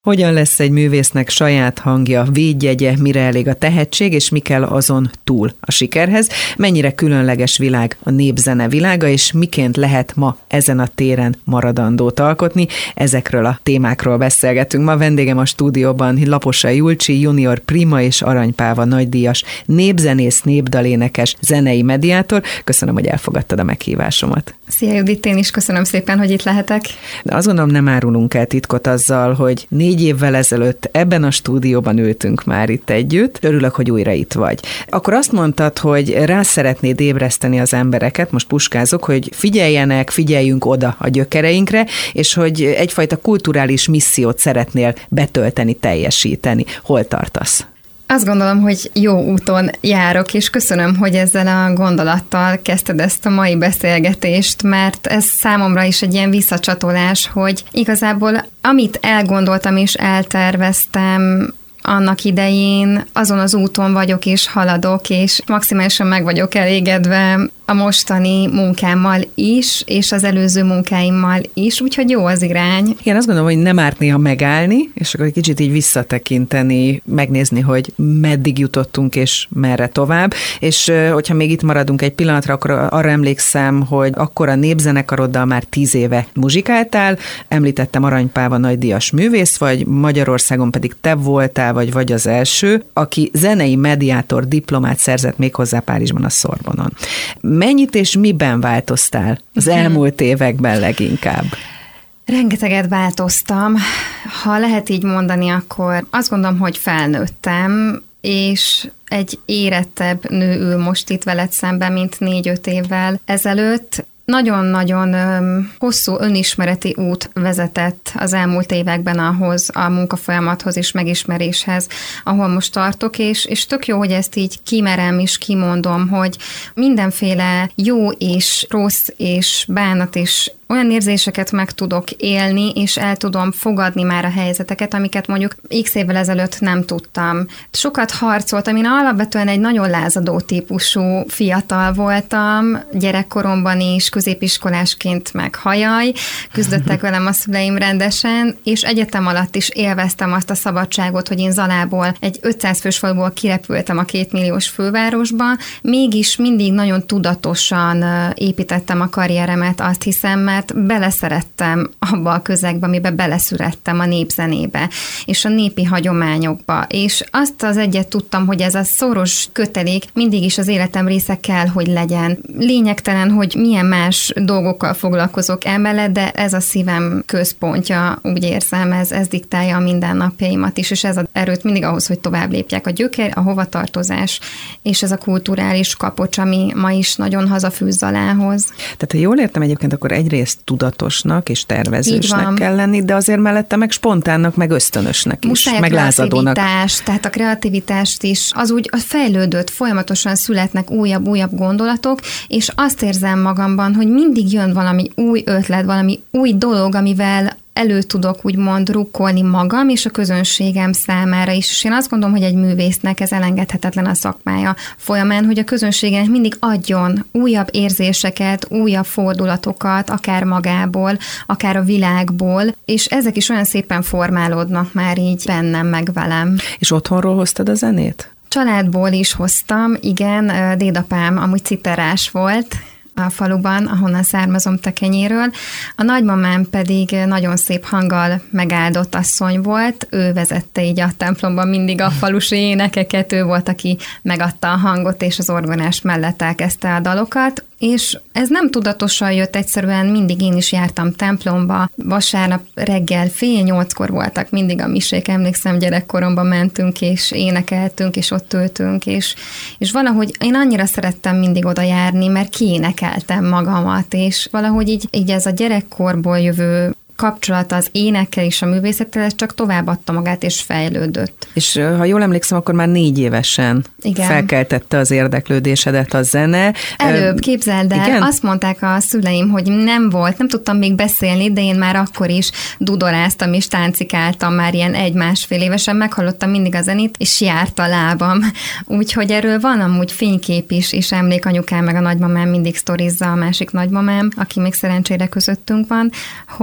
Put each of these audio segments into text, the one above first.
Hogyan lesz egy művésznek saját hangja, védjegye, mire elég a tehetség, és mi kell azon túl a sikerhez? Mennyire különleges világ a népzene világa, és miként lehet ma ezen a téren maradandót alkotni? Ezekről a témákról beszélgetünk. Ma vendégem a stúdióban Laposai Julcsi, junior prima és Arany Páva nagydíjas népzenész, népdalénekes, zenei mediátor. Köszönöm, hogy elfogadtad a meghívásomat. Szia Judit, én is köszönöm szépen, hogy itt lehetek. De azt gondolom, nem árulunk el titkot azzal, hogy 4 évvel ezelőtt ebben a stúdióban ültünk már itt együtt. Örülök, hogy újra itt vagy. Akkor azt mondtad, hogy rá szeretnéd ébreszteni az embereket, most puskázok, hogy figyeljünk oda a gyökereinkre, és hogy egyfajta kulturális missziót szeretnél betölteni, teljesíteni. Hol tartasz? Azt gondolom, hogy jó úton járok, és köszönöm, hogy ezzel a gondolattal kezdted ezt a mai beszélgetést, mert ez számomra is egy ilyen visszacsatolás, hogy igazából amit elgondoltam és elterveztem annak idején, azon az úton vagyok és haladok, és maximálisan meg vagyok elégedve a mostani munkámmal is, és az előző munkáimmal is, úgyhogy jó az irány. Igen, azt gondolom, hogy nem árt néha megállni, és akkor egy kicsit így visszatekinteni, megnézni, hogy meddig jutottunk, és merre tovább, és hogyha még itt maradunk egy pillanatra, akkor arra emlékszem, hogy akkor a népzenekaroddal már 10 éve muzsikáltál, említettem Arany Páva nagydíjas művész vagy, Magyarországon pedig te voltál, vagy az első, aki zenei mediátor diplomát szerzett méghozzá Párizsban a Sorbonon. Mennyit és miben változtál az elmúlt években leginkább? Rengeteget változtam. Ha lehet így mondani, akkor azt gondolom, hogy felnőttem, és egy érettebb nő ül most itt veled szemben, mint 4-5 évvel ezelőtt. Nagyon-nagyon hosszú önismereti út vezetett az elmúlt években ahhoz a munkafolyamathoz és megismeréshez, ahol most tartok, és tök jó, hogy ezt így kimerem és kimondom, hogy mindenféle jó és rossz és bánat és olyan érzéseket meg tudok élni, és el tudom fogadni már a helyzeteket, amiket mondjuk x évvel ezelőtt nem tudtam. Sokat harcoltam, én alapvetően egy nagyon lázadó típusú fiatal voltam, gyerekkoromban is, középiskolásként meg hajaj, küzdöttek velem a szüleim rendesen, és egyetem alatt is élveztem azt a szabadságot, hogy én Zalából egy 500 fős faluból kirepültem a 2 milliós fővárosba, mégis mindig nagyon tudatosan építettem a karrieremet, azt hiszem, mert beleszerettem abba a közegbe, amiben beleszülettem, a népzenébe, és a népi hagyományokba, és azt az egyet tudtam, hogy ez a szoros kötelék mindig is az életem része kell, hogy legyen. Lényegtelen, hogy milyen más dolgokkal foglalkozok emellett, de ez a szívem központja, úgy érzem, ez diktálja a mindennapjaimat is, és ez ad erőt mindig ahhoz, hogy tovább lépjek. A gyökér, a hovatartozás, és ez a kulturális kapocs, ami ma is nagyon hazafűz Zalához. Tehát, ha jól értem egyébként, akkor egyrészt tudatosnak és tervezősnek kell lenni, de azért mellette meg spontánnak, meg ösztönösnek is, muszáj meg lázadónak. Tehát a kreativitást is, az úgy fejlődött, folyamatosan születnek újabb gondolatok, és azt érzem magamban, hogy mindig jön valami új ötlet, valami új dolog, amivel elő tudok úgymond rukkolni magam és a közönségem számára is. És én azt gondolom, hogy egy művésznek ez elengedhetetlen a szakmája folyamán, hogy a közönségnek mindig adjon újabb érzéseket, újabb fordulatokat, akár magából, akár a világból, és ezek is olyan szépen formálódnak már így bennem, meg velem. És otthonról hoztad a zenét? Családból is hoztam, igen, dédapám amúgy citerás volt a faluban, ahonnan származom Tekenyéről. A nagymamám pedig nagyon szép hanggal megáldott asszony volt, ő vezette így a templomban mindig a falusi énekeket, ő volt, aki megadta a hangot, és az orgonás mellett elkezdte a dalokat, és ez nem tudatosan jött, egyszerűen mindig én is jártam templomba, vasárnap reggel 7:30 voltak mindig a misék, emlékszem, gyerekkoromban mentünk, és énekeltünk, és ott ültünk, és valahogy én annyira szerettem mindig oda járni, mert kiénekeltem magamat, és valahogy így ez a gyerekkorból jövő kapcsolata az énekkel és a művészettel, ez csak továbbadta magát és fejlődött. És ha jól emlékszem, akkor már 4 évesen felkeltette az érdeklődésedet a zene. Előbb, képzeld el, igen? Azt mondták a szüleim, hogy nem tudtam még beszélni, de én már akkor is dudoráztam és táncikáltam már ilyen 1-1,5 évesen, meghallottam mindig a zenét, és járt a lábam. Úgyhogy erről van amúgy fénykép is, és emlékanyukám meg a nagymamám mindig sztorizza, a másik nagymamám, aki még szerencsére közöttünk van, hogy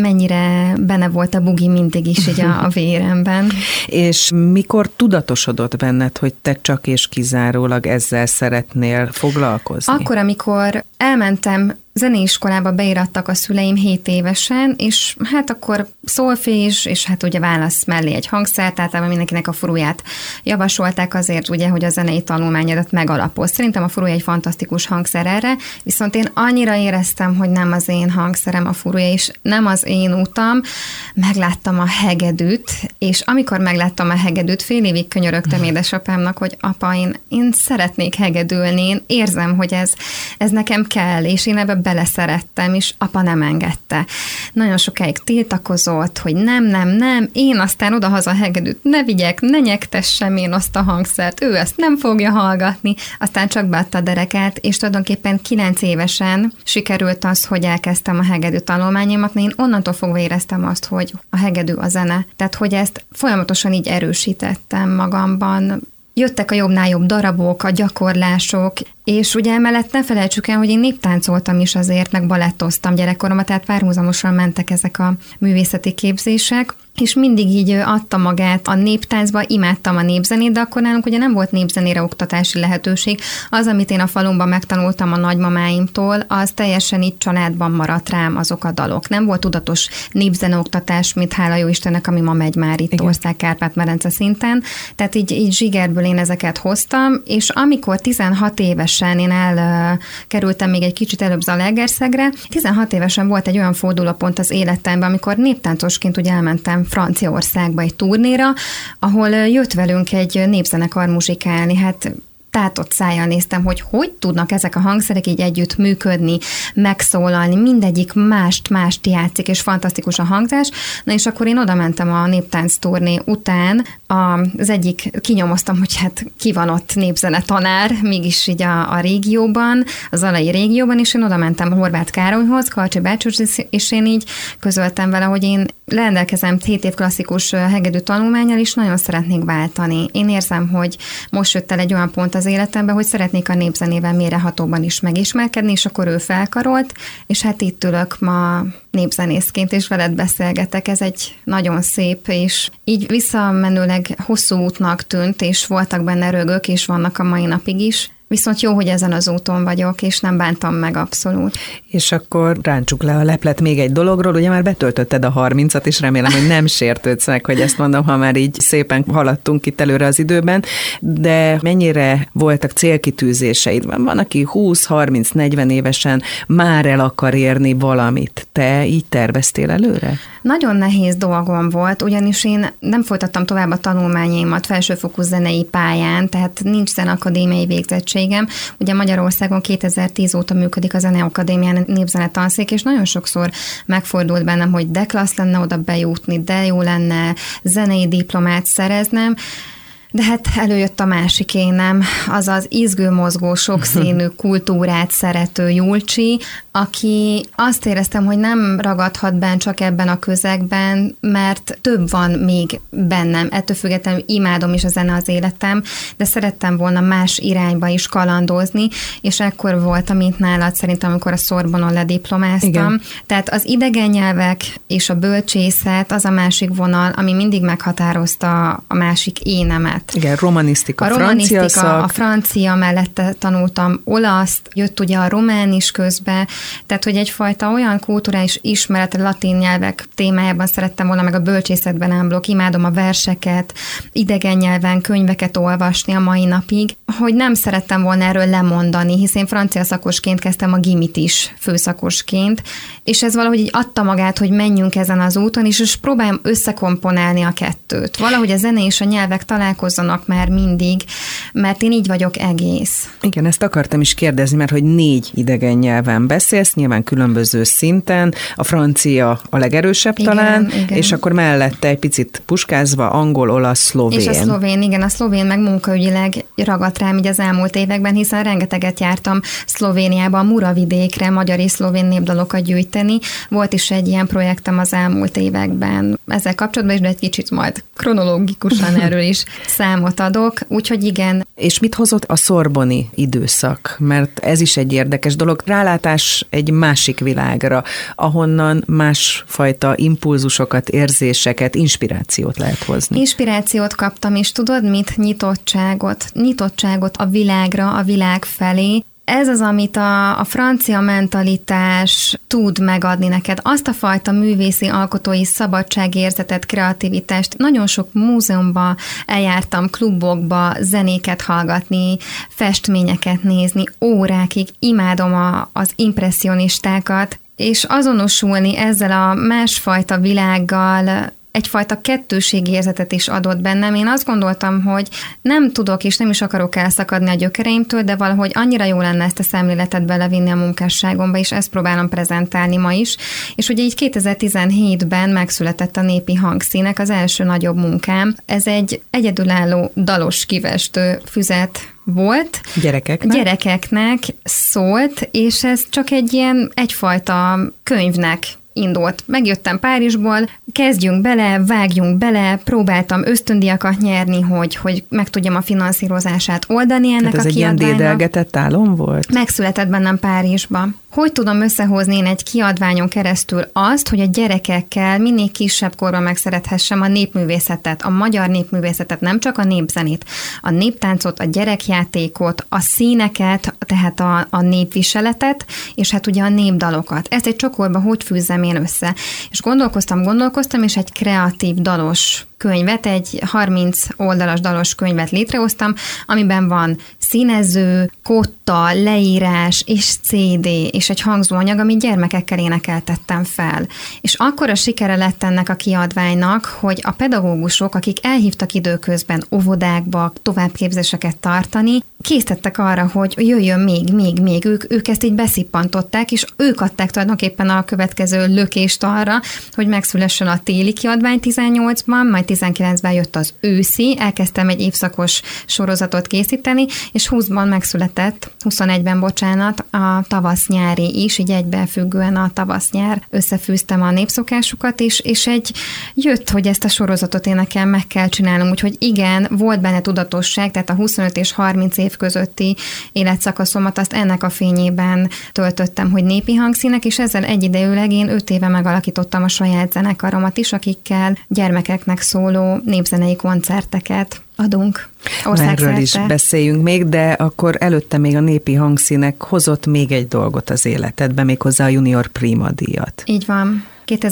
mennyire benne volt a bugi mindig is így a véremben. És mikor tudatosodott benned, hogy te csak és kizárólag ezzel szeretnél foglalkozni? Akkor, amikor elmentem zeneiskolába, beirattak a szüleim 7 évesen, és hát akkor szolfés, és hát ugye válasz mellé egy hangszer, tehát mindenkinek a furuját javasolták azért, ugye, hogy a zenei tanulmányodat megalapoz. Szerintem a furuja egy fantasztikus hangszer erre, viszont én annyira éreztem, hogy nem az én hangszerem a furuja, és nem az én utam. Megláttam a hegedűt, és amikor megláttam a hegedűt, fél évig könyörögtem édesapámnak, hogy apa, én szeretnék hegedülni, én érzem, hogy ez nekem kell, és én ebbe beleszerettem, és apa nem engedte. Nagyon sokáig tiltakozott, hogy nem, én aztán odahaza hegedűt ne vigyek, ne nyektessem én azt a hangszert, ő ezt nem fogja hallgatni, aztán csak beadta a dereket, és tulajdonképpen 9 évesen sikerült az, hogy elkezdtem a hegedű tanulmányomat, én onnantól fogva éreztem azt, hogy a hegedű a zene. Tehát, hogy ezt folyamatosan így erősítettem magamban. Jöttek a jobbnál jobb darabok, a gyakorlások, és ugye emellett ne felejtsük el, hogy én néptáncoltam is azért, meg balettoztam gyerekkoromban, tehát párhuzamosan mentek ezek a művészeti képzések, és mindig így adta magát a néptáncba, imádtam a népzenét, de akkor nálunk ugye nem volt népzenére oktatási lehetőség. Az, amit én a falumban megtanultam a nagymamáimtól, az teljesen így családban maradt rám azok a dalok. Nem volt tudatos népzeneoktatás, mint hála jó Istennek, ami ma megy már itt Ország-Kárpát-medence szinten. Tehát így zsigerből én ezeket hoztam, és amikor 16 évesen én elkerültem még egy kicsit előbb Zalaegerszegre, 16 évesen volt egy olyan fordulópont az életemben, amikor néptáncosként ugye elmentem Franciaországba egy turnéra, ahol jött velünk egy népzenekar muzsikálni, hát tátott szájjal néztem, hogy tudnak ezek a hangszerek így együtt működni, megszólalni, mindegyik mást játszik, és fantasztikus a hangzás. Na és akkor én oda mentem a néptánc turné után, az egyik kinyomoztam, hogy hát ki van ott népzenetanár, mégis így a régióban, a zalai régióban, és én oda mentem Horváth Károlyhoz, Kalcsi bácsihoz, és én így közöltem vele, hogy én rendelkezem 7 év klasszikus hegedű tanulmánnyal, és nagyon szeretnék váltani. Én érzem, hogy most jött el egy olyan pont az életemben, hogy szeretnék a népzenével mélyrehatóban is megismerkedni, és akkor ő felkarolt, és hát itt ülök ma népzenészként, és veled beszélgetek. Ez egy nagyon szép, és így visszamenőleg hosszú útnak tűnt, és voltak benne rögök, és vannak a mai napig is. Viszont jó, hogy ezen az úton vagyok, és nem bántam meg abszolút. És akkor rántsuk le a leplet még egy dologról, ugye már betöltötted a 30-at, és remélem, hogy nem sértődsz meg, hogy ezt mondom, ha már így szépen haladtunk itt előre az időben, de mennyire voltak célkitűzéseid? Van, aki 20-30-40 évesen már el akar érni valamit. Te így terveztél előre? Nagyon nehéz dolgom volt, ugyanis én nem folytattam tovább a tanulmányaimat felsőfokú zenei pályán, tehát nincs zeneakadémiai végzettségem. Ugye Magyarországon 2010 óta működik a Zeneakadémián népzene tanszék, és nagyon sokszor megfordult bennem, hogy de klassz lenne oda bejutni, de jó lenne zenei diplomát szereznem, de hát előjött a másik énem, az az izgő-mozgó, sokszínű kultúrát szerető Julcsi, aki azt éreztem, hogy nem ragadhat benn csak ebben a közegben, mert több van még bennem. Ettől függetlenül imádom is a zene az életem, de szerettem volna más irányba is kalandozni, és ekkor volt, mint nálad szerintem, amikor a Sorbonon lediplomáztam. Igen. Tehát az idegen nyelvek és a bölcsészet az a másik vonal, ami mindig meghatározta a másik énemet. Igen, romanisztika, a francia mellette tanultam olaszt, jött ugye a román is közbe, tehát hogy egyfajta olyan kulturális ismeret, a latin nyelvek témájában szerettem volna, meg a bölcsészetben ámblok, imádom a verseket, idegen nyelven könyveket olvasni a mai napig, hogy nem szerettem volna erről lemondani, hiszen francia szakosként kezdtem a gimit is főszakosként, és ez valahogy így adta magát, hogy menjünk ezen az úton, és próbáljam összekomponálni a kettőt. Valahogy a zene és a nyelvek találkozzanak már mindig, mert én így vagyok egész. Igen, ezt akartam is kérdezni, mert hogy 4 idegen nyelven beszélsz, nyilván különböző szinten, a francia a legerősebb talán, igen. És akkor mellette egy picit puskázva angol, olasz, szlovén. És a szlovén, igen, a szlovén meg munkaügyileg ragadt rám így az elmúlt években, hiszen rengeteget jártam Szlovéniába, a Muravidékre, magyar és szlovén népdalokat gyűjteni. Volt is egy ilyen projektem az elmúlt években ezzel kapcsolatban is, de egy kicsit majd kronológikusan erről is számot adok. Úgyhogy igen, És mit hozott a szorboni időszak? Mert ez is egy érdekes dolog. Rálátás egy másik világra, ahonnan másfajta impulzusokat, érzéseket, inspirációt lehet hozni. Inspirációt kaptam, és tudod mit? Nyitottságot a világra, a világ felé. Ez az, amit a francia mentalitás tud megadni neked. Azt a fajta művészi, alkotói szabadságérzetet, kreativitást. Nagyon sok múzeumba eljártam, klubokba, zenéket hallgatni, festményeket nézni, órákig imádom az impresszionistákat, és azonosulni ezzel a másfajta világgal egyfajta kettőségérzetet is adott bennem. Én azt gondoltam, hogy nem tudok és nem is akarok elszakadni a gyökereimtől, de valahogy annyira jó lenne ezt a szemléletet belevinni a munkásságomba, és ezt próbálom prezentálni ma is. És ugye így 2017-ben megszületett a Népi Hangszínek, az első nagyobb munkám. Ez egy egyedülálló dalos kivestő füzet volt. Gyerekeknek szólt, és ez csak egy ilyen egyfajta könyvnek indult. Megjöttem Párizsból, kezdjünk bele, vágjunk bele, próbáltam ösztöndíjakat nyerni, hogy meg tudjam a finanszírozását oldani ennek a kiadványnak. Ez egy ilyen dédelgetett álom volt? Megszületett bennem Párizsba. Hogy tudom összehozni én egy kiadványon keresztül azt, hogy a gyerekekkel minél kisebb korban megszerethessem a népművészetet, a magyar népművészetet, nem csak a népzenét, a néptáncot, a gyerekjátékot, a színeket, tehát a népviseletet, és hát ugye a népdalokat. Ezt egy csokorba hogy fűzzem én össze? És gondolkoztam, és egy kreatív dalos könyvet, egy 30 oldalas dalos könyvet létrehoztam, amiben van színező, kotta, leírás és CD, és egy hangzóanyag, amit gyermekekkel énekeltettem fel. És akkora sikere lett ennek a kiadványnak, hogy a pedagógusok, akik elhívtak időközben óvodákba továbbképzéseket tartani, késztettek arra, hogy jöjjön még, ők ezt így beszippantották, és ők adták tulajdonképpen a következő lökést arra, hogy megszülessen a téli kiadvány 18-ban, majd 19-ben jött az őszi, elkezdtem egy évszakos sorozatot készíteni, és 20-ban megszületett, 21-ben bocsánat, a tavasz-nyári is, így egybefüggően a tavasz-nyár összefűztem a népszokásukat, és jött, hogy ezt a sorozatot én nekem meg kell csinálnom, úgyhogy igen, volt benne tudatosság, tehát a 25 és 30 év közötti életszakaszomat azt ennek a fényében töltöttem, hogy Népi Hangszínek, és ezzel egyidejűleg én 5 éve megalakítottam a saját zenekaromat is, akikkel gyermekeknek szóló népzenei koncerteket adunk országszerte. Erről is beszéljünk még, de akkor előtte még a Népi Hangszínek hozott még egy dolgot az életedbe, méghozzá a Junior Prima díjat. Így van.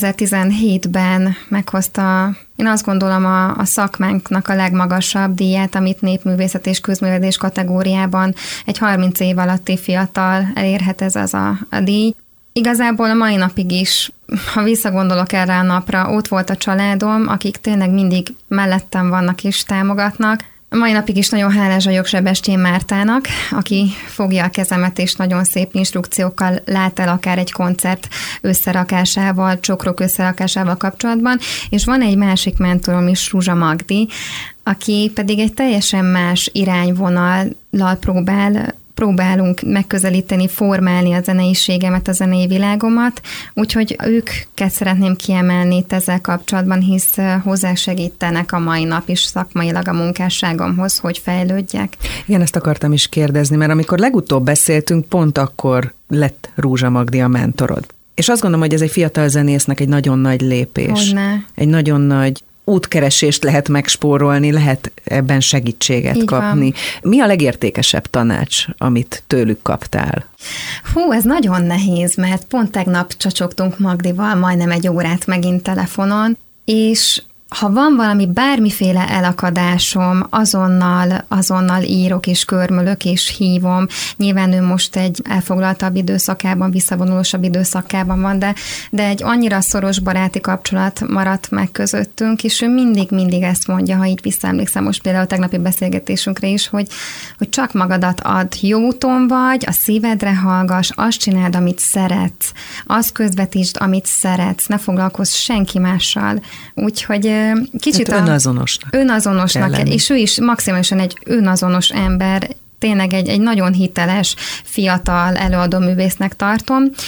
2017-ben meghozta, én azt gondolom, a szakmánknak a legmagasabb díját, amit népművészet és közművelődés kategóriában egy 30 év alatti fiatal elérhet, ez az a díj. Igazából a mai napig is, ha visszagondolok erre a napra, ott volt a családom, akik tényleg mindig mellettem vannak és támogatnak. A mai napig is nagyon hálás vagyok Sebestyén Mártának, aki fogja a kezemet és nagyon szép instrukciókkal lát el akár egy koncert összerakásával, csokrok összerakásával kapcsolatban, és van egy másik mentorom is, Ruzsa Magdi, aki pedig egy teljesen más irányvonallal próbálunk megközelíteni, formálni a zeneiségemet, a zenei világomat, úgyhogy őket szeretném kiemelni itt ezzel kapcsolatban, hisz hozzásegítenek a mai nap is szakmailag a munkásságomhoz, hogy fejlődjek. Igen, ezt akartam is kérdezni, mert amikor legutóbb beszéltünk, pont akkor lett Ruzsa Magdi a mentorod. És azt gondolom, hogy ez egy fiatal zenésznek egy nagyon nagy lépés. Hogyne. Egy nagyon nagy útkeresést lehet megspórolni, lehet ebben segítséget így kapni. Van. Mi a legértékesebb tanács, amit tőlük kaptál? Ez nagyon nehéz, mert pont tegnap csacsogtunk Magdival majdnem egy órát megint telefonon, és ha van valami bármiféle elakadásom, azonnal írok és körmölök és hívom. Nyilván ő most egy elfoglaltabb időszakában, visszavonulósabb időszakában van, de egy annyira szoros baráti kapcsolat maradt meg közöttünk, és ő mindig ezt mondja, ha így visszaemlékszem most például a tegnapi beszélgetésünkre is, hogy csak magadat add, jó úton vagy, a szívedre hallgass, azt csináld, amit szeretsz, azt közvetítsd, amit szeretsz, ne foglalkozz senki mással. Úgyhogy kicsit önazonosnak, és ő is maximálisan egy önazonos ember, tényleg egy nagyon hiteles, fiatal előadó művésznek tartom.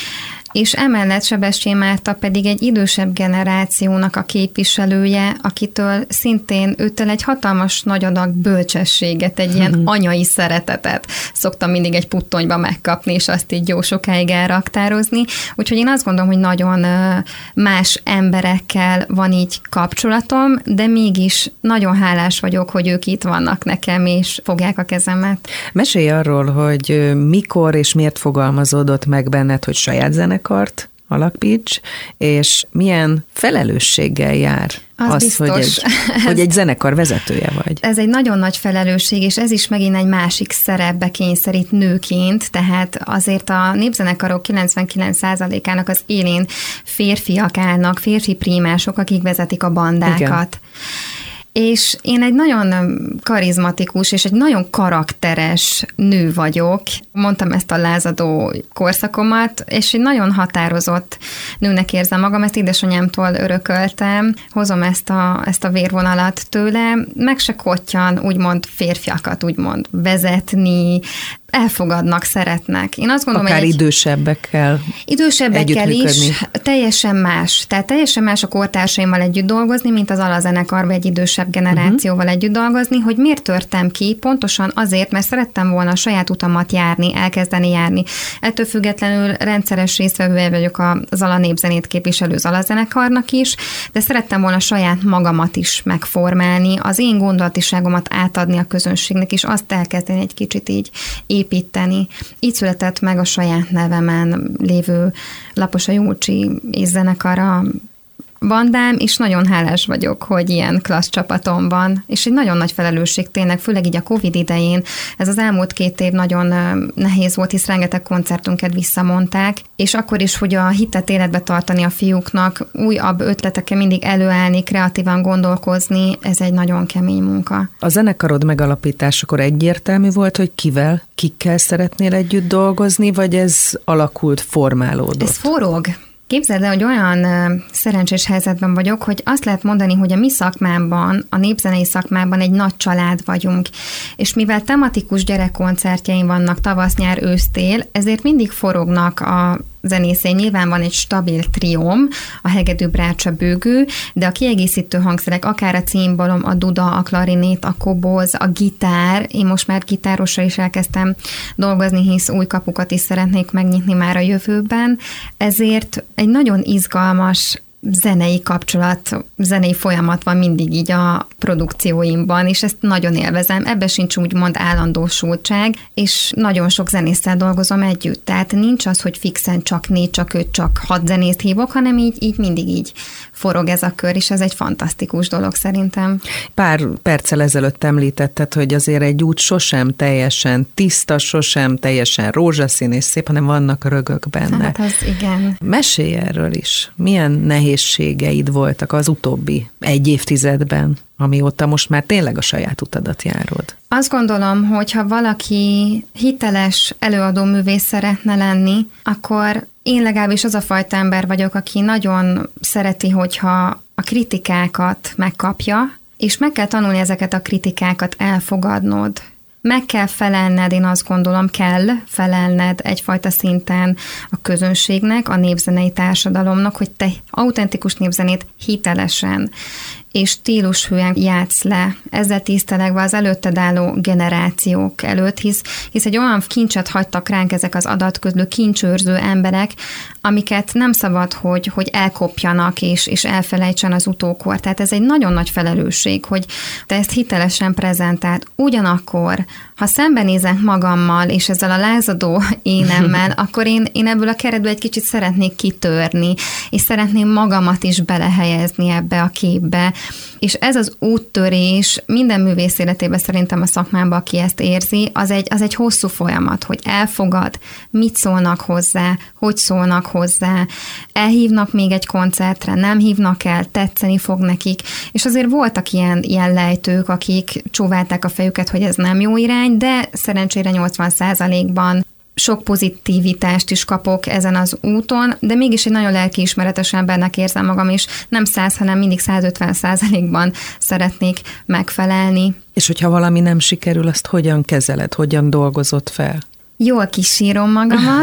és emellett Sebestyén Márta pedig egy idősebb generációnak a képviselője, akitől szintén őtől egy hatalmas nagy adag bölcsességet, egy ilyen anyai szeretetet szoktam mindig egy puttonyba megkapni, és azt így jó sokáig elraktározni. Úgyhogy én azt gondolom, hogy nagyon más emberekkel van így kapcsolatom, de mégis nagyon hálás vagyok, hogy ők itt vannak nekem, és fogják a kezemet. Mesélj arról, hogy mikor és miért fogalmazódott meg benned, hogy saját zenekart alapíts, és milyen felelősséggel jár az hogy egy zenekar vezetője vagy. Ez egy nagyon nagy felelősség, és ez is megint egy másik szerepbe kényszerít nőként, tehát azért a népzenekarok 99%-ának az élén férfiak állnak, férfi prímások, akik vezetik a bandákat. Igen. És én egy nagyon karizmatikus és egy nagyon karakteres nő vagyok. Mondtam ezt a lázadó korszakomat, és egy nagyon határozott nőnek érzem magam, ezt édesanyámtól örököltem, hozom ezt a vérvonalat tőle, meg se kottyan úgymond férfiakat úgymond vezetni, elfogadnak, szeretnek. Én azt gondolom, akár idősebbekkel is, teljesen más. Tehát teljesen más a kortársaimmal együtt dolgozni, mint az alazenekarban egy idősebb generációval együtt dolgozni, hogy miért törtem ki? Pontosan azért, mert szerettem volna a saját utamat járni, elkezdeni járni. Ettől függetlenül rendszeres résztvevője vagyok az alanépzenét képviselő alazenekarnak is, de szerettem volna saját magamat is megformálni, az én gondolatiságomat átadni a közönségnek, és azt elkezdeni egy kicsit így építeni. Így született meg a saját nevemen lévő Laposa Júlcsi és zenekara bandám, és nagyon hálás vagyok, hogy ilyen klassz csapatom van, és egy nagyon nagy felelősség tényleg, főleg így a Covid idején. Ez az elmúlt 2 év nagyon nehéz volt, hisz rengeteg koncertünket visszamondták, és akkor is, hogy a hitet életbe tartani a fiúknak, újabb ötletekkel mindig előállni, kreatívan gondolkozni, ez egy nagyon kemény munka. A zenekarod megalapításakor egyértelmű volt, hogy kikkel szeretnél együtt dolgozni, vagy ez alakult, formálódott? Ez forog. Képzeld el, hogy olyan szerencsés helyzetben vagyok, hogy azt lehet mondani, hogy a mi szakmámban, a népzenei szakmában egy nagy család vagyunk, és mivel tematikus gyerekkoncertjeim vannak tavasz, nyár, ősz-tél, ezért mindig forognak a zenészei. Nyilván van egy stabil trióm, a hegedű, brácsa, bőgő, de a kiegészítő hangszerek, akár a cimbalom, a duda, a klarinét, a koboz, a gitár, én most már gitárossal is elkezdtem dolgozni, hisz új kapukat is szeretnék megnyitni már a jövőben, ezért egy nagyon izgalmas zenei kapcsolat, zenei folyamat van mindig így a produkcióimban, és ezt nagyon élvezem. Ebben sincs úgymond állandósultság, és nagyon sok zenésszel dolgozom együtt. Tehát nincs az, hogy fixen csak 4, csak 5, csak 6 zenészt hívok, hanem így mindig így forog ez a kör, és ez egy fantasztikus dolog szerintem. Pár perccel ezelőtt említetted, hogy azért egy út sosem teljesen tiszta, sosem teljesen rózsaszín és szép, hanem vannak rögök benne. Hát az igen. Mesélj erről is. Milyen nehézségeid voltak az utóbbi 1 évtizedben, amióta most már tényleg a saját utadat járod? Azt gondolom, hogy ha valaki hiteles előadó művész szeretne lenni, akkor én legalábbis az a fajta ember vagyok, aki nagyon szereti, hogyha a kritikákat megkapja, és meg kell tanulni ezeket a kritikákat elfogadnod. Meg kell felelned, én azt gondolom, kell felelned egyfajta szinten a közönségnek, a népzenei társadalomnak, hogy te autentikus népzenét hitelesen és stílushűen játsz le, ezzel tisztelegve az előtted álló generációk előtt, hisz egy olyan kincset hagytak ránk ezek az adatközlő, kincsőrző emberek, amiket nem szabad, hogy elkopjanak és elfelejtsen az utókor. Tehát ez egy nagyon nagy felelősség, hogy te ezt hitelesen prezentáld. Ugyanakkor, ha szembenézek magammal és ezzel a lázadó énemmel, akkor én ebből a keretből egy kicsit szeretnék kitörni, és szeretném magamat is belehelyezni ebbe a képbe. És ez az úttörés minden művész életében szerintem a szakmában, aki ezt érzi, az egy hosszú folyamat, hogy elfogad, mit szólnak hozzá, hogy szólnak hozzá, elhívnak még egy koncertre, nem hívnak el, tetszeni fog nekik, és azért voltak ilyen lejtők, akik csóválták a fejüket, hogy ez nem jó irány, de szerencsére 80%-ban sok pozitivitást is kapok ezen az úton, de mégis egy nagyon lelkiismeretes embernek érzem magam, és nem 100, hanem mindig 150%-ban szeretnék megfelelni. És hogyha valami nem sikerül, azt hogyan kezeled, hogyan dolgozod fel? Jól kísírom magamat,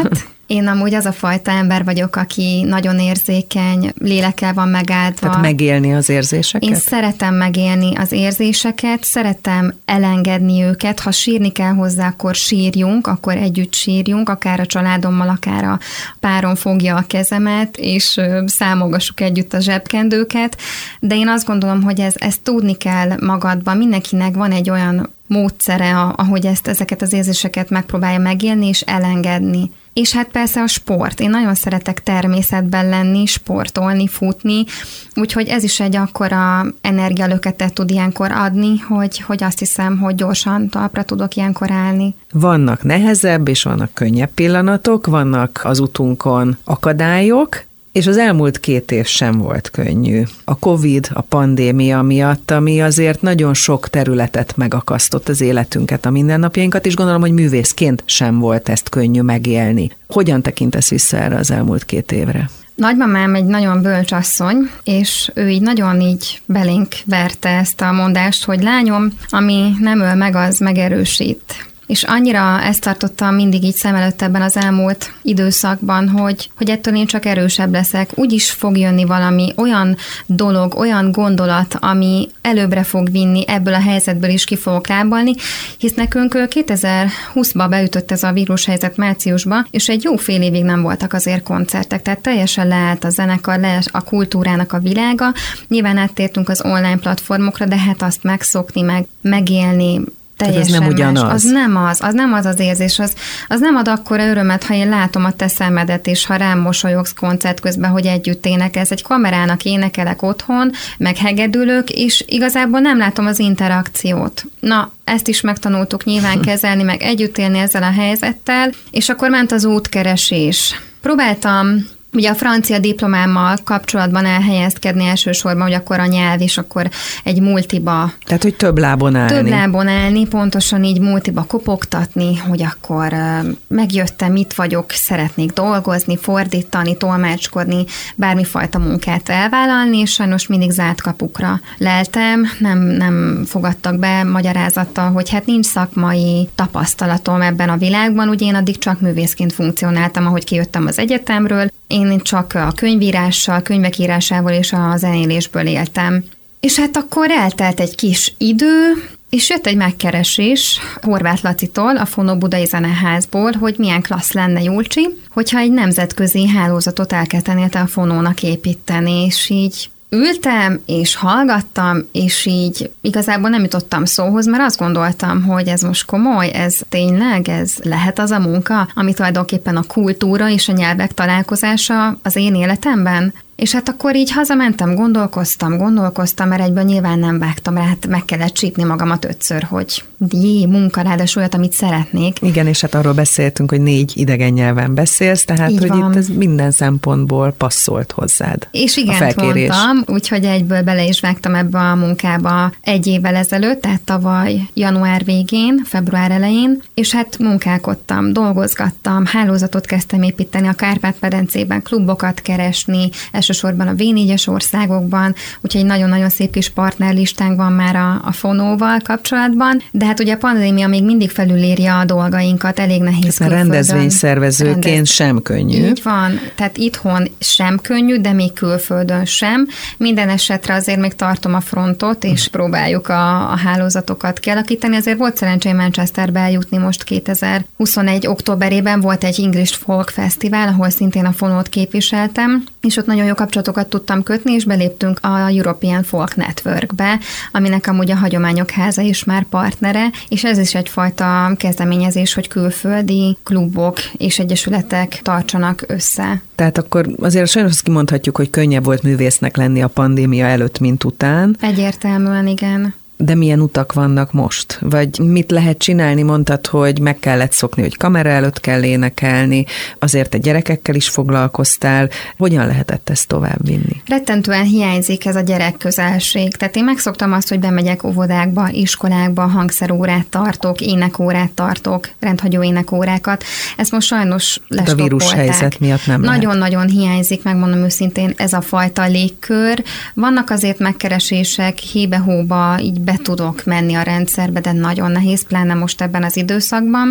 Én amúgy az a fajta ember vagyok, aki nagyon érzékeny, lélekkel van megáldva. Tehát megélni az érzéseket? Én szeretem megélni az érzéseket, szeretem elengedni őket. Ha sírni kell hozzá, akkor sírjunk, akkor együtt sírjunk, akár a családommal, akár a párom fogja a kezemet, és számolgassuk együtt a zsebkendőket. De én azt gondolom, hogy ezt tudni kell magadban. Mindenkinek van egy olyan módszere, ahogy ezeket az érzéseket megpróbálja megélni és elengedni. És hát persze a sport. Én nagyon szeretek természetben lenni, sportolni, futni, úgyhogy ez is egy akkora energialöketet tud ilyenkor adni, hogy azt hiszem, hogy gyorsan talpra tudok ilyenkor állni. Vannak nehezebb és vannak könnyebb pillanatok, vannak az utunkon akadályok, és az elmúlt 2 év sem volt könnyű. A Covid, a pandémia miatt, ami azért nagyon sok területet megakasztott az életünket, a mindennapjainkat, és gondolom, hogy művészként sem volt ezt könnyű megélni. Hogyan tekintesz vissza erre az elmúlt 2 évre? Nagymamám egy nagyon bölcs asszony, és ő így nagyon így belénk verte ezt a mondást, hogy lányom, ami nem öl meg, az megerősít. És annyira ezt tartottam mindig így szem előtt ebben az elmúlt időszakban, hogy ettől én csak erősebb leszek. Úgyis fog jönni valami olyan dolog, olyan gondolat, ami előbbre fog vinni, ebből a helyzetből is ki fogok lábalni, hisz nekünk 2020-ba beütött ez a vírushelyzet márciusba, és egy jó fél évig nem voltak azért koncertek, tehát teljesen leállt a zenekar, a kultúrának a világa. Nyilván áttértünk az online platformokra, de hát azt megszokni, megélni, teljesen ez nem ugyanaz. Az nem az érzés, az nem ad akkora örömet, ha én látom a te szemedet, és ha rám mosolyogsz koncert közben, hogy együtt énekelsz. Egy kamerának énekelek otthon, meg hegedülök, és igazából nem látom az interakciót. Na, ezt is megtanultuk nyilván kezelni, meg együtt élni ezzel a helyzettel, és akkor ment az útkeresés. Próbáltam ugye a francia diplomámmal kapcsolatban elhelyezkedni elsősorban, hogy akkor a nyelv, és akkor egy multiba. Tehát, hogy több lábon állni. Több lábon állni, pontosan így multiba kopogtatni, hogy akkor megjöttem, itt vagyok, szeretnék dolgozni, fordítani, tolmácskodni, bármifajta munkát elvállalni, és sajnos mindig zárt kapukra leltem, nem fogadtak be magyarázattal, hogy hát nincs szakmai tapasztalatom ebben a világban, ugye én addig csak művészként funkcionáltam, ahogy kijöttem az egyetemről, én csak a könyvírással, könyvek írásával és a zenélésből éltem. És hát akkor eltelt egy kis idő, és jött egy megkeresés Horváth Lacitól, a Fonó Budai Zeneházból, hogy milyen klassz lenne, Julcsi, hogyha egy nemzetközi hálózatot elkezdenél te a Fonónak építeni, és így ültem, és hallgattam, és így igazából nem jutottam szóhoz, mert azt gondoltam, hogy ez most komoly, ez tényleg, ez lehet az a munka, ami tulajdonképpen a kultúra és a nyelvek találkozása az én életemben. És hát akkor így hazamentem, gondolkoztam, mert egyből nyilván nem vágtam rá, hát meg kellett csípni magamat 5-ször, hogy munka, ráadásul olyat, amit szeretnék. Igen, és hát arról beszéltünk, hogy 4 idegen nyelven beszélsz, tehát így hogy van. Itt ez minden szempontból passzolt hozzád. És igen, mondtam, úgyhogy egyből bele is vágtam ebbe a munkába 1 évvel ezelőtt, tehát tavaly január végén, február elején, és hát munkálkodtam, dolgozgattam, hálózatot kezdtem építeni a Kárpát-medencében, klubokat keresni, elsősorban a V4-es országokban, úgyhogy egy nagyon-nagyon szép kis partnerlistánk van már a Fonóval kapcsolatban, de hát ugye a pandémia még mindig felülírja a dolgainkat, elég nehéz külföldön. Rendezvényszervezőként sem könnyű. Így van, tehát itthon sem könnyű, de még külföldön sem. Minden esetre azért még tartom a frontot, és próbáljuk a hálózatokat kialakítani. Azért volt szerencsém Manchesterbe eljutni most 2021. októberében, volt egy English Folk Fesztivál, ahol szintén a Fonót képviseltem, és ott nagyon jó kapcsolatokat tudtam kötni, és beléptünk a European Folk Networkbe, aminek amúgy a Hagyományok Háza is már partnere, és ez is egyfajta kezdeményezés, hogy külföldi klubok és egyesületek tartsanak össze. Tehát akkor azért sajnos azt kimondhatjuk, hogy könnyebb volt művésznek lenni a pandémia előtt, mint után. Egyértelműen, igen. De milyen utak vannak most? Vagy mit lehet csinálni? Mondtad, hogy meg kellett szokni, hogy kamera előtt kell énekelni, azért te gyerekekkel is foglalkoztál. Hogyan lehetett ezt továbbvinni? Rettentően hiányzik ez a gyerekközelség. Tehát én megszoktam azt, hogy bemegyek óvodákba, iskolákba, hangszerórát tartok, énekórát tartok, rendhagyó énekórákat. Ezt most sajnos lestoppolták. A vírushelyzet miatt nem lehet. Nagyon-nagyon hiányzik, megmondom őszintén, ez a fajta légkör. Vannak azért megkeresések, hébe-hóba így be tudok menni a rendszerbe, de nagyon nehéz, pláne most ebben az időszakban.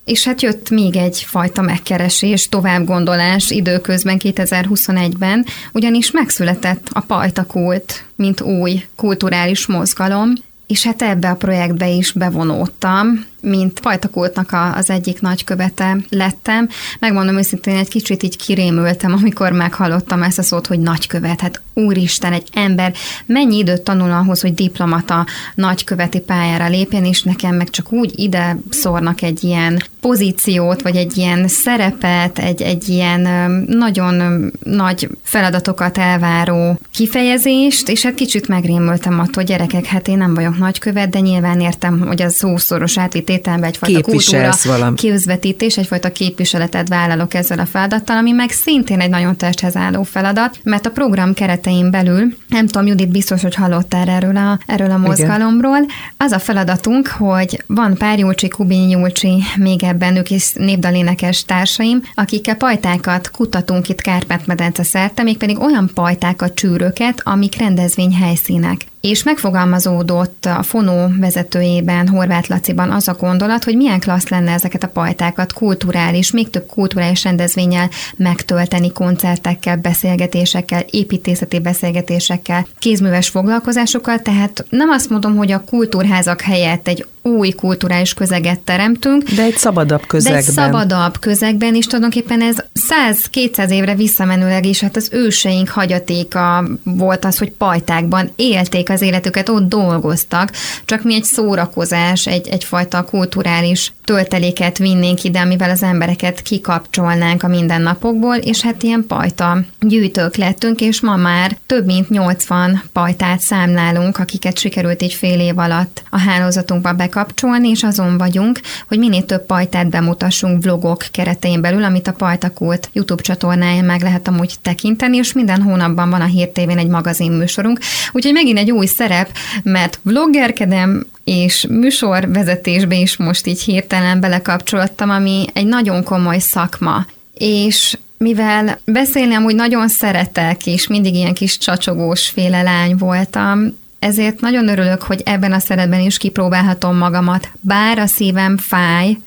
És hát jött még egyfajta megkeresés, továbbgondolás időközben 2021-ben, ugyanis megszületett a pajtakult, mint új kulturális mozgalom, és hát ebbe a projektbe is bevonódtam, mint pajtakultnak az egyik nagykövete lettem. Megmondom őszintén, egy kicsit így kirémültem, amikor meghallottam ezt a szót, hogy nagykövet. Hát úristen, egy ember mennyi időt tanul ahhoz, hogy diplomata nagyköveti pályára lépjen, és nekem meg csak úgy ide szórnak egy ilyen pozíciót, vagy egy ilyen szerepet, egy ilyen nagyon nagy feladatokat elváró kifejezést, és hát kicsit megrémültem attól, gyerekek, hát én nem vagyok nagykövet, de nyilván értem, hogy az szószoros átvitételben egyfajta kultúra közvetítés, egyfajta képviseletet vállalok ezzel a feladattal, ami meg szintén egy nagyon testhez álló feladat, mert a program keretein belül, nem tudom, Judit, biztos, hogy hallottál erről a mozgalomról. Igen. Az a feladatunk, hogy van Pár Julcsi, Kubinyi Julcsi, még ebben ők is népdalénekes társaim, akikkel pajtákat kutatunk itt Kárpát-medence szerte, mégpedig olyan pajtákat, csűrőket, amik rendezvényhelyszínek. És megfogalmazódott a Fonó vezetőjében, Horváth Laciban az a gondolat, hogy milyen klassz lenne ezeket a pajtákat kulturális, még több kulturális rendezvénnyel megtölteni, koncertekkel, beszélgetésekkel, építészeti beszélgetésekkel, kézműves foglalkozásokkal, tehát nem azt mondom, hogy a kultúrházak helyett egy új kulturális közeget teremtünk. De egy szabadabb közegben. De egy szabadabb közegben, és tulajdonképpen ez 100-200 évre visszamenőleg is, hát az őseink hagyatéka volt az, hogy pajtákban élték az életüket, ott dolgoztak, csak mi egy szórakozás, egyfajta kulturális tölteléket vinnénk ide, amivel az embereket kikapcsolnánk a mindennapokból, és hát ilyen pajta gyűjtők lettünk, és ma már több mint 80 pajtát számlálunk, akiket sikerült így fél év alatt a hálózatunkba bekapcsolni, és azon vagyunk, hogy minél több pajtát bemutassunk vlogok keretein belül, amit a Pajtakult YouTube csatornáján meg lehet amúgy tekinteni, és minden hónapban van a Hír TV-n egy magazinműsorunk. Úgyhogy megint egy új szerep, mert vloggerkedem, és műsorvezetésbe is most így hirtelen belekapcsoltam, ami egy nagyon komoly szakma. És mivel beszélni amúgy nagyon szeretek, és mindig ilyen kis csacsogós féle lány voltam, ezért nagyon örülök, hogy ebben a szerepben is kipróbálhatom magamat, bár a szívem fáj,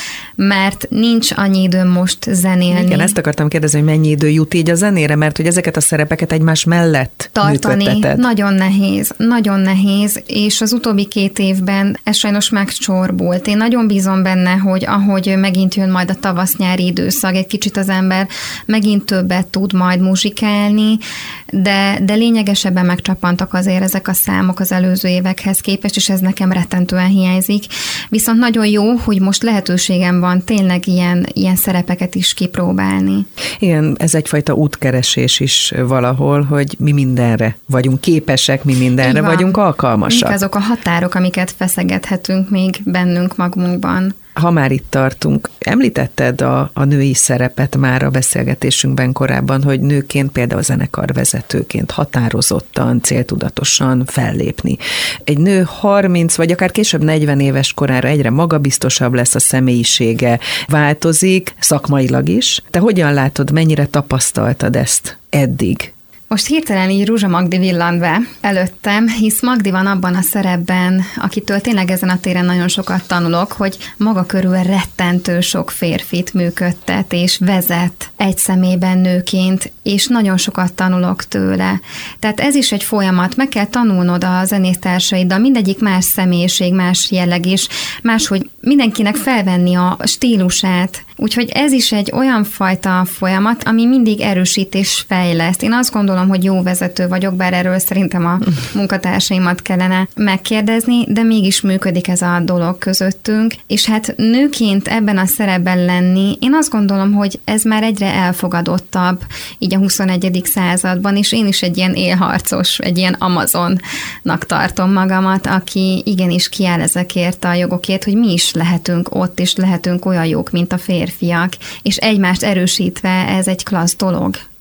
mert nincs annyi időm most zenélni. Igen, ezt akartam kérdezni, hogy mennyi idő jut így a zenére, mert hogy ezeket a szerepeket egymás mellett tartani működteted. Nagyon nehéz, és az utóbbi 2 évben ez sajnos megcsorbult. Én nagyon bízom benne, hogy ahogy megint jön majd a tavasz-nyári időszak, egy kicsit az ember megint többet tud majd muzsikálni, de lényegesebben megcsapantak azért ezek a számok az előző évekhez képest, és ez nekem rettentően hiányzik. Viszont nagyon jó, hogy most lehetőségem van tényleg ilyen szerepeket is kipróbálni. Igen, ez egyfajta útkeresés is valahol, hogy mi mindenre vagyunk képesek, mi mindenre vagyunk alkalmasak. Mik azok a határok, amiket feszegethetünk még bennünk magunkban? Ha már itt tartunk, említetted a női szerepet már a beszélgetésünkben korábban, hogy nőként, például zenekarvezetőként határozottan, céltudatosan fellépni. Egy nő 30 vagy akár később 40 éves korára egyre magabiztosabb lesz, a személyisége változik, szakmailag is. Te hogyan látod, mennyire tapasztaltad ezt eddig? Most hirtelen így Ruzsa Magdi villant be előttem, hisz Magdi van abban a szerepben, akitől tényleg ezen a téren nagyon sokat tanulok, hogy maga körül rettentő sok férfit működtet és vezet egy személyben nőként, és nagyon sokat tanulok tőle. Tehát ez is egy folyamat, meg kell tanulnod a zenésztársaiddal, mindegyik más személyiség, más jelleg is, máshogy mindenkinek felvenni a stílusát. Úgyhogy ez is egy olyan fajta folyamat, ami mindig erősít és fejleszt. Én azt gondolom, hogy jó vezető vagyok, bár erről szerintem a munkatársaimat kellene megkérdezni, de mégis működik ez a dolog közöttünk, és hát nőként ebben a szerepben lenni, én azt gondolom, hogy ez már egyre elfogadottabb így a 21. században, és én is egy ilyen élharcos, egy ilyen Amazonnak tartom magamat, aki igenis kiáll ezekért a jogokért, hogy mi is lehetünk ott, és lehetünk olyan jók, mint a férfiak, és egymást erősítve ez egy klassz dolog.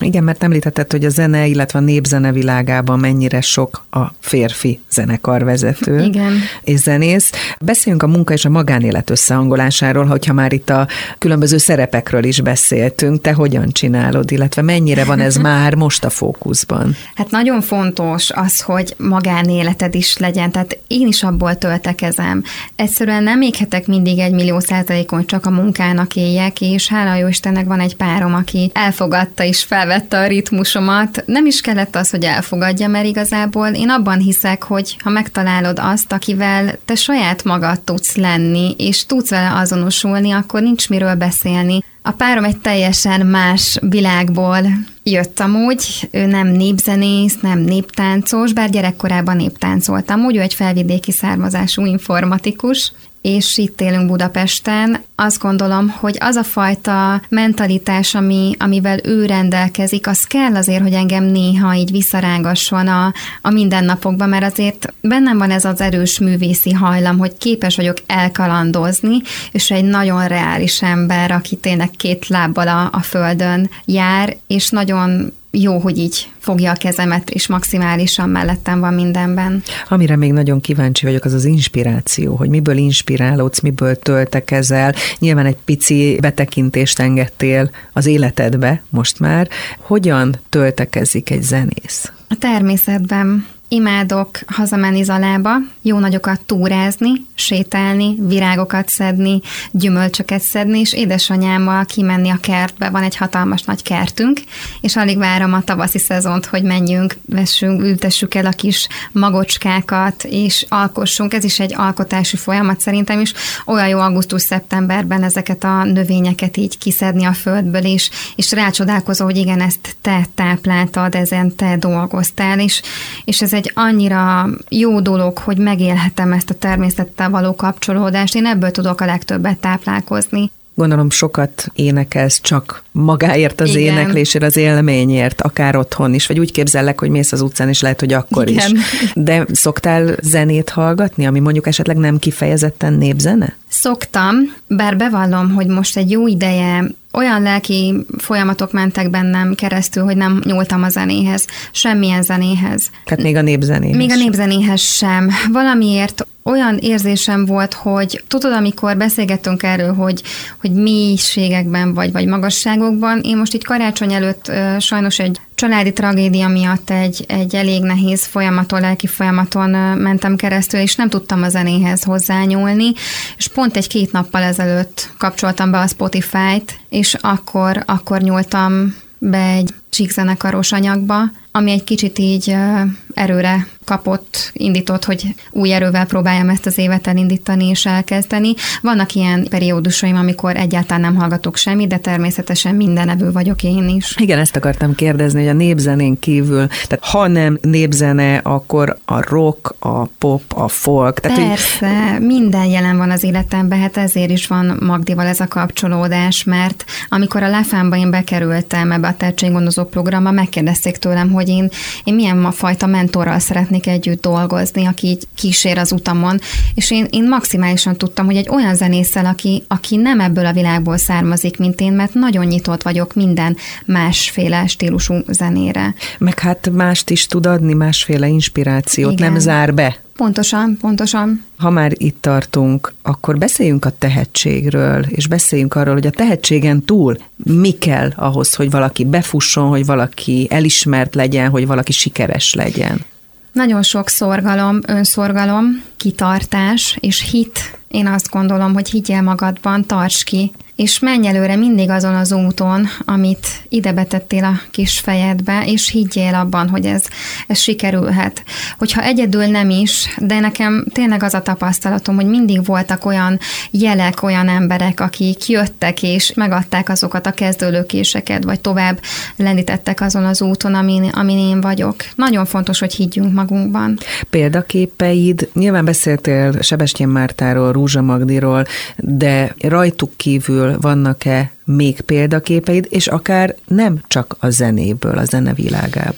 Igen, mert említetted, hogy a zene, illetve a népzene világában mennyire sok a férfi zenekarvezető. Igen. És zenész. Beszéljünk a munka és a magánélet összehangolásáról, hogyha már itt a különböző szerepekről is beszéltünk. Te hogyan csinálod, illetve mennyire van ez már most a fókuszban? Hát nagyon fontos az, hogy magánéleted is legyen, tehát én is abból töltekezem. Egyszerűen nem éghetek mindig 1,000,000%-on csak a munkának éljek, és hála jó Istennek van egy párom, aki elfogadta és felvette a ritmusomat. Nem is kellett az, hogy elfogadja, mert igazából én abban hiszek, hogy ha megtalálod azt, akivel te saját magad tudsz lenni, és tudsz vele azonosulni, akkor nincs miről beszélni. A párom egy teljesen más világból jött amúgy, ő nem népzenész, nem néptáncos, bár gyerekkorában néptáncoltam. Úgy ő egy felvidéki származású informatikus, és itt élünk Budapesten. Azt gondolom, hogy az a fajta mentalitás, amivel ő rendelkezik, az kell azért, hogy engem néha így visszarángasson a mindennapokban, mert azért bennem van ez az erős művészi hajlam, hogy képes vagyok elkalandozni, és egy nagyon reális ember, aki tényleg 2 lábbal a földön jár, és nagyon jó, hogy így fogja a kezemet, és maximálisan mellettem van mindenben. Amire még nagyon kíváncsi vagyok, az az inspiráció, hogy miből inspirálódsz, miből töltekezel. Nyilván egy pici betekintést engedtél az életedbe most már. Hogyan töltekezik egy zenész? A természetben. Imádok hazamenni Zalába, jó nagyokat túrázni, sétálni, virágokat szedni, gyümölcsöket szedni, és édesanyámmal kimenni a kertbe. Van egy hatalmas nagy kertünk, és alig várom a tavaszi szezont, hogy menjünk, ültessük el a kis magocskákat, és alkossunk. Ez is egy alkotási folyamat szerintem is. Olyan jó augusztus-szeptemberben ezeket a növényeket így kiszedni a földből, és rácsodálkozó, hogy igen, ezt te tápláltad, ezen te dolgoztál, és ez egy annyira jó dolog, hogy megélhetem ezt a természettel való kapcsolódást. Én ebből tudok a legtöbbet táplálkozni. Gondolom sokat énekelsz csak magáért, az igen. éneklésért, az élményért, akár otthon is, vagy úgy képzellek, hogy mész az utcán, és lehet, hogy akkor igen. is. De szoktál zenét hallgatni, ami mondjuk esetleg nem kifejezetten népzene? Szoktam, bár bevallom, hogy most egy jó ideje olyan lelki folyamatok mentek bennem keresztül, hogy nem nyúltam a zenéhez, semmilyen zenéhez. Tehát még a népzenéhez? Még a népzenéhez sem. Valamiért olyan érzésem volt, hogy tudod, amikor beszélgettünk erről, hogy mélységekben vagy magasságokban, én most így karácsony előtt sajnos egy családi tragédia miatt egy elég nehéz folyamaton, lelki folyamaton mentem keresztül, és nem tudtam a zenéhez hozzányúlni, és pont 1-2 nappal ezelőtt kapcsoltam be a Spotify-t, és akkor nyúltam be egy csíkzenekaros anyagba, ami egy kicsit így erőre indított, hogy új erővel próbáljam ezt az évet elindítani és elkezdeni. Vannak ilyen periódusaim, amikor egyáltalán nem hallgatok semmit, de természetesen mindenevő vagyok én is. Igen, ezt akartam kérdezni, hogy a népzenén kívül, tehát ha nem népzene, akkor a rock, a pop, a folk. Tehát persze, minden jelen van az életemben, hát ezért is van Magdival ez a kapcsolódás, mert amikor a LAFAM-ba én bekerültem ebbe a tehetséggondozó programba, megkérdezték tőlem, hogy én milyen fajta mentorral szeretnék együtt dolgozni, aki így kísér az utamon, és én maximálisan tudtam, hogy egy olyan zenésszel, aki nem ebből a világból származik, mint én, mert nagyon nyitott vagyok minden másféle stílusú zenére. Meg hát mást is tud adni, másféle inspirációt, igen. Nem zár be. Pontosan. Ha már itt tartunk, akkor beszéljünk a tehetségről, és beszéljünk arról, hogy a tehetségen túl mi kell ahhoz, hogy valaki befusson, hogy valaki elismert legyen, hogy valaki sikeres legyen. Nagyon sok szorgalom, önszorgalom, kitartás és hit. Én azt gondolom, hogy higgyél magadban, tarts ki, és menj előre mindig azon az úton, amit ide betettél a kis fejedbe, és higgyél abban, hogy ez sikerülhet. Hogyha egyedül nem is, de nekem tényleg az a tapasztalatom, hogy mindig voltak olyan jelek, olyan emberek, akik jöttek és megadták azokat a kezdőlökéseket, vagy tovább lendítettek azon az úton, amin én vagyok. Nagyon fontos, hogy higgyünk magunkban. Példaképeid, nyilván beszéltél Sebestyén Mártáról, Rúzsa Magdiról, de rajtuk kívül vannak-e még példaképeid, és akár nem csak a zenéből, a zenevilágából?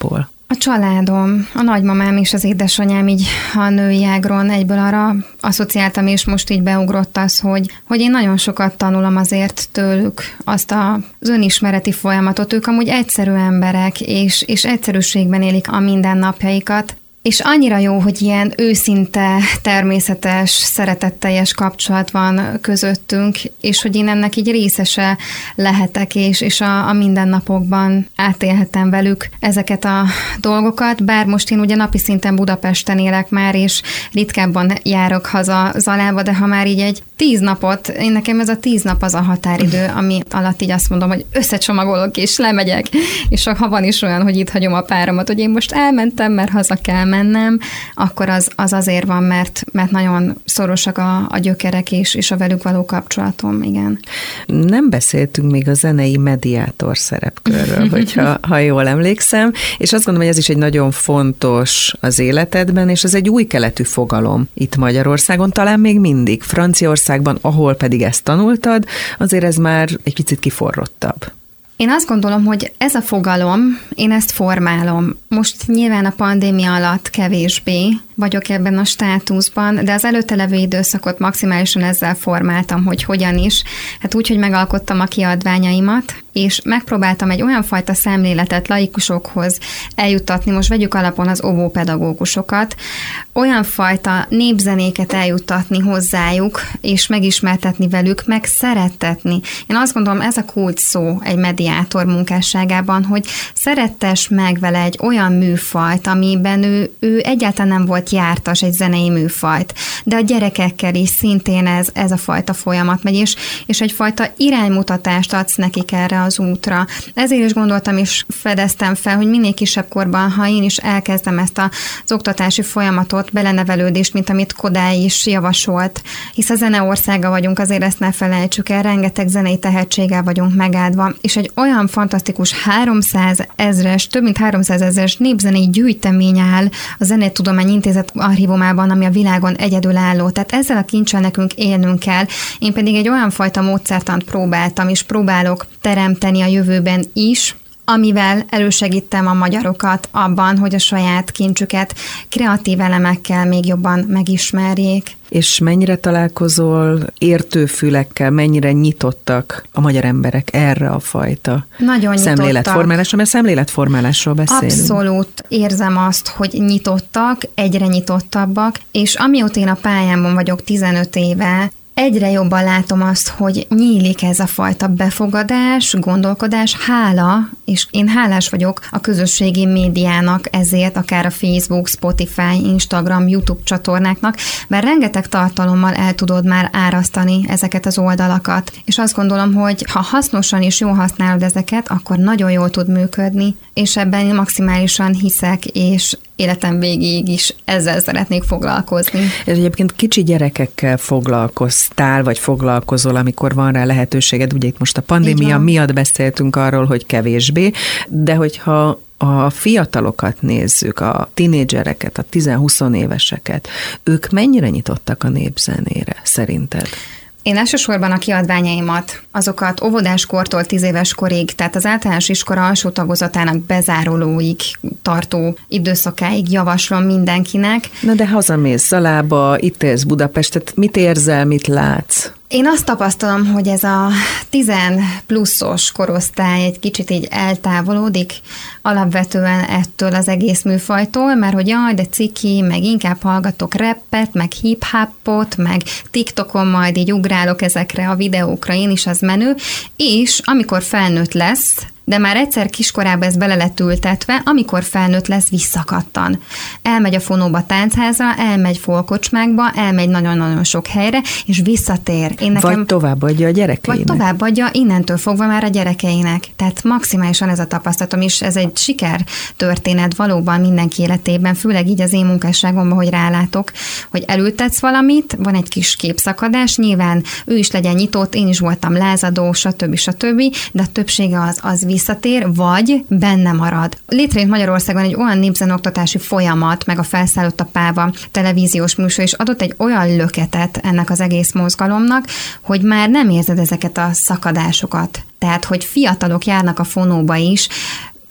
A családom, a nagymamám és az édesanyám így a női ágron egyből arra asszociáltam, és most így beugrott az, hogy én nagyon sokat tanulom azért tőlük azt az önismereti folyamatot. Ők amúgy egyszerű emberek, és egyszerűségben élik a mindennapjaikat. És annyira jó, hogy ilyen őszinte, természetes, szeretetteljes kapcsolat van közöttünk, és hogy én ennek így részese lehetek, és a mindennapokban átélhetem velük ezeket a dolgokat, bár most én ugye napi szinten Budapesten élek már, és ritkábban járok haza Zalába, de ha már így egy 10 napot, én nekem ez a 10 nap az a határidő, ami alatt így azt mondom, hogy összecsomagolok és lemegyek, és ha van is olyan, hogy itt hagyom a páromat, hogy én most elmentem, mert haza kell mennem, akkor az azért van, mert nagyon szorosak a gyökerek és a velük való kapcsolatom, igen. Nem beszéltünk még a zenei mediátor szerepkörről, hogyha jól emlékszem, és azt gondolom, hogy ez is egy nagyon fontos az életedben, és ez egy új keletű fogalom itt Magyarországon, talán még mindig. Franciaországban, ahol pedig ezt tanultad, azért ez már egy picit kiforrottabb. Én azt gondolom, hogy ez a fogalom, én ezt formálom. Most nyilván a pandémia alatt kevésbé vagyok ebben a státuszban, de az előtte levő időszakot maximálisan ezzel formáltam, hogy hogyan is. Hát úgy, hogy megalkottam a kiadványaimat, és megpróbáltam egy olyan fajta szemléletet laikusokhoz eljuttatni, most vegyük alapon az óvópedagógusokat, olyan fajta népzenéket eljuttatni hozzájuk, és megismertetni velük, meg szerettetni. Én azt gondolom, ez a kulcs szó egy mediátor munkásságában, hogy szerettess meg vele egy olyan műfajt, amiben ő egyáltalán nem volt jártas, egy zenei műfajt, de a gyerekekkel is szintén ez a fajta folyamat megy, és egyfajta iránymutatást adsz nekik erre az útra. Ezért is gondoltam, és fedeztem fel, hogy minél kisebb korban, ha én is elkezdem ezt az oktatási folyamatot, belenevelődést, mint amit Kodály is javasolt, hisz a zene országa vagyunk, azért ezt ne felejtsük el, rengeteg zenei tehetséggel vagyunk megáldva, és egy olyan fantasztikus 300 000-es, több mint 300 000-es népzenei gyűjtemény áll a Zenetudományi Intézet archívumában, ami a világon egyedülálló. Tehát ezzel a kincsel nekünk élnünk kell. Én pedig egy olyan fajta módszertant próbáltam, és próbálok teremteni a jövőben is, amivel elősegítem a magyarokat abban, hogy a saját kincsüket kreatív elemekkel még jobban megismerjék. És mennyire találkozol értőfülekkel, mennyire nyitottak a magyar emberek erre a fajta szemléletformálásra, mert szemléletformálásról beszélünk. Abszolút érzem azt, hogy nyitottak, egyre nyitottabbak, és amióta én a pályámon vagyok 15 éve, egyre jobban látom azt, hogy nyílik ez a fajta befogadás, gondolkodás, hála, és én hálás vagyok a közösségi médiának ezért, akár a Facebook, Spotify, Instagram, YouTube csatornáknak, mert rengeteg tartalommal el tudod már árasztani ezeket az oldalakat. És azt gondolom, hogy ha hasznosan és jól használod ezeket, akkor nagyon jól tud működni, és ebben én maximálisan hiszek, és életem végéig is ezzel szeretnék foglalkozni. Ez egyébként kicsi gyerekekkel foglalkoztál, vagy foglalkozol, amikor van rá lehetőséged. Ugye itt most a pandémia miatt beszéltünk arról, hogy kevésbé, de hogyha a fiatalokat nézzük, a tinédzsereket, a 10-20 éveseket, ők mennyire nyitottak a népzenére szerinted? Én elsősorban a kiadványaimat, azokat óvodáskortól 10 éves korig, tehát az általános iskola alsó tagozatának bezárulóig tartó időszakáig javaslom mindenkinek. Na de hazamész Zalába, itt élsz Budapestet, mit érzel, mit látsz? Én azt tapasztalom, hogy ez a 10 pluszos korosztály egy kicsit így eltávolodik alapvetően ettől az egész műfajtól, mert hogy jaj, de ciki, meg inkább hallgatok rappet, meg hip-hopot, meg TikTokon majd így ugrálok ezekre a videókra, én is az menő, és amikor felnőtt lesz, de már egyszer kiskorában ez bele lett ültetve, amikor felnőtt lesz, visszakattan. Elmegy a fonóba, táncházra, elmegy folkocsmákba, elmegy nagyon-nagyon sok helyre, és visszatér. Vagy továbbadja a gyerekeinek. Vagy továbbadja innentől fogva már a gyerekeinek. Tehát maximálisan ez a tapasztalatom, és ez egy sikertörténet valóban mindenki életében, főleg így az én munkásságomban, hogy rálátok, hogy elültetsz valamit, van egy kis képszakadás, nyilván ő is legyen nyitott, én is voltam lázadó, stb. De a többsége az visszatér, vagy benne marad. Létrejött Magyarországon egy olyan népzeneoktatási folyamat, meg a Felszállott a Páva televíziós műsor, és adott egy olyan löketet ennek az egész mozgalomnak, hogy már nem érzed ezeket a szakadásokat. Tehát, hogy fiatalok járnak a fonóba is,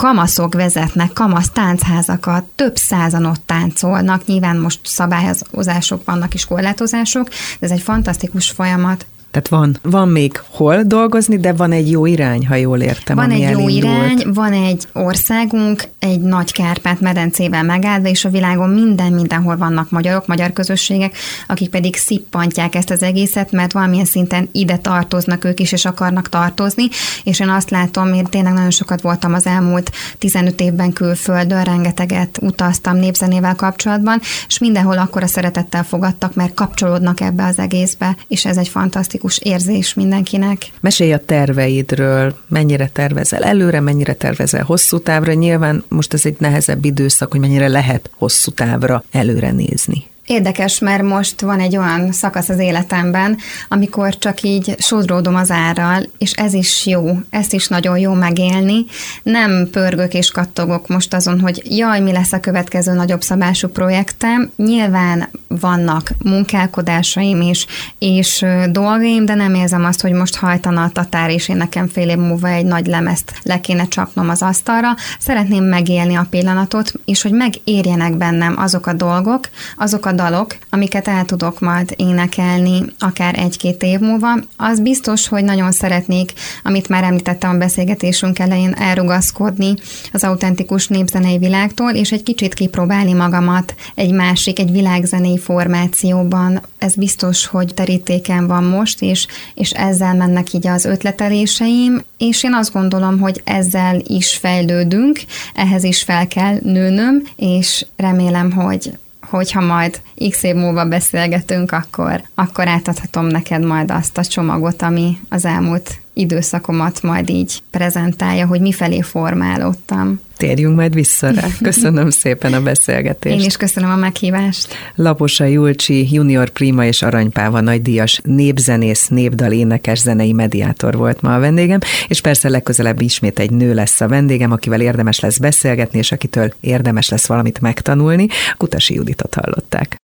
kamaszok vezetnek kamasz táncházakat, több százan ott táncolnak, nyilván most szabályozások vannak és korlátozások, de ez egy fantasztikus folyamat. Tehát van még hol dolgozni, de van egy jó irány, ha jól értem. Van egy jó elindult. irány, van egy országunk, egy nagy Kárpát-medencével megáldva, és a világon mindenhol vannak magyarok, magyar közösségek, akik pedig szippantják ezt az egészet, mert valamilyen szinten ide tartoznak ők is, és akarnak tartozni, és én azt látom, én tényleg nagyon sokat voltam az elmúlt 15 évben külföldön, rengeteget utaztam népzenével kapcsolatban, és mindenhol akkora szeretettel fogadtak, mert kapcsolódnak ebbe az egészbe, és ez egy fantasztikus érzés mindenkinek. Mesélj a terveidről, mennyire tervezel előre, mennyire tervezel hosszú távra. Nyilván most ez egy nehezebb időszak, hogy mennyire lehet hosszú távra előre nézni. Érdekes, mert most van egy olyan szakasz az életemben, amikor csak így sodródom az árral, és ez is jó, ezt is nagyon jó megélni. Nem pörgök és kattogok most azon, hogy jaj, mi lesz a következő nagyobb szabású projektem. Nyilván vannak munkálkodásaim és dolgaim, de nem érzem azt, hogy most hajtana a tatár, és én nekem fél év múlva egy nagy lemezt le kéne csapnom az asztalra. Szeretném megélni a pillanatot, és hogy megérjenek bennem azok a dolgok, azok a dalok, amiket el tudok majd énekelni akár 1-2 év múlva. Az biztos, hogy nagyon szeretnék, amit már említettem a beszélgetésünk elején, elrugaszkodni az autentikus népzenei világtól, és egy kicsit kipróbálni magamat egy világzenei formációban. Ez biztos, hogy terítéken van most, és ezzel mennek így az ötleteléseim, és én azt gondolom, hogy ezzel is fejlődünk, ehhez is fel kell nőnöm, és remélem, hogyha majd x év múlva beszélgetünk, akkor átadhatom neked majd azt a csomagot, ami az elmúlt időszakomat majd így prezentálja, hogy mifelé formálódtam. Térjünk majd vissza rá. Köszönöm szépen a beszélgetést. Én is köszönöm a meghívást. Laposa Julcsi, junior prima és aranypáva nagydíjas népzenész, népdal énekes, zenei mediátor volt ma a vendégem, és persze legközelebb ismét egy nő lesz a vendégem, akivel érdemes lesz beszélgetni, és akitől érdemes lesz valamit megtanulni. Kutasi Juditot hallották.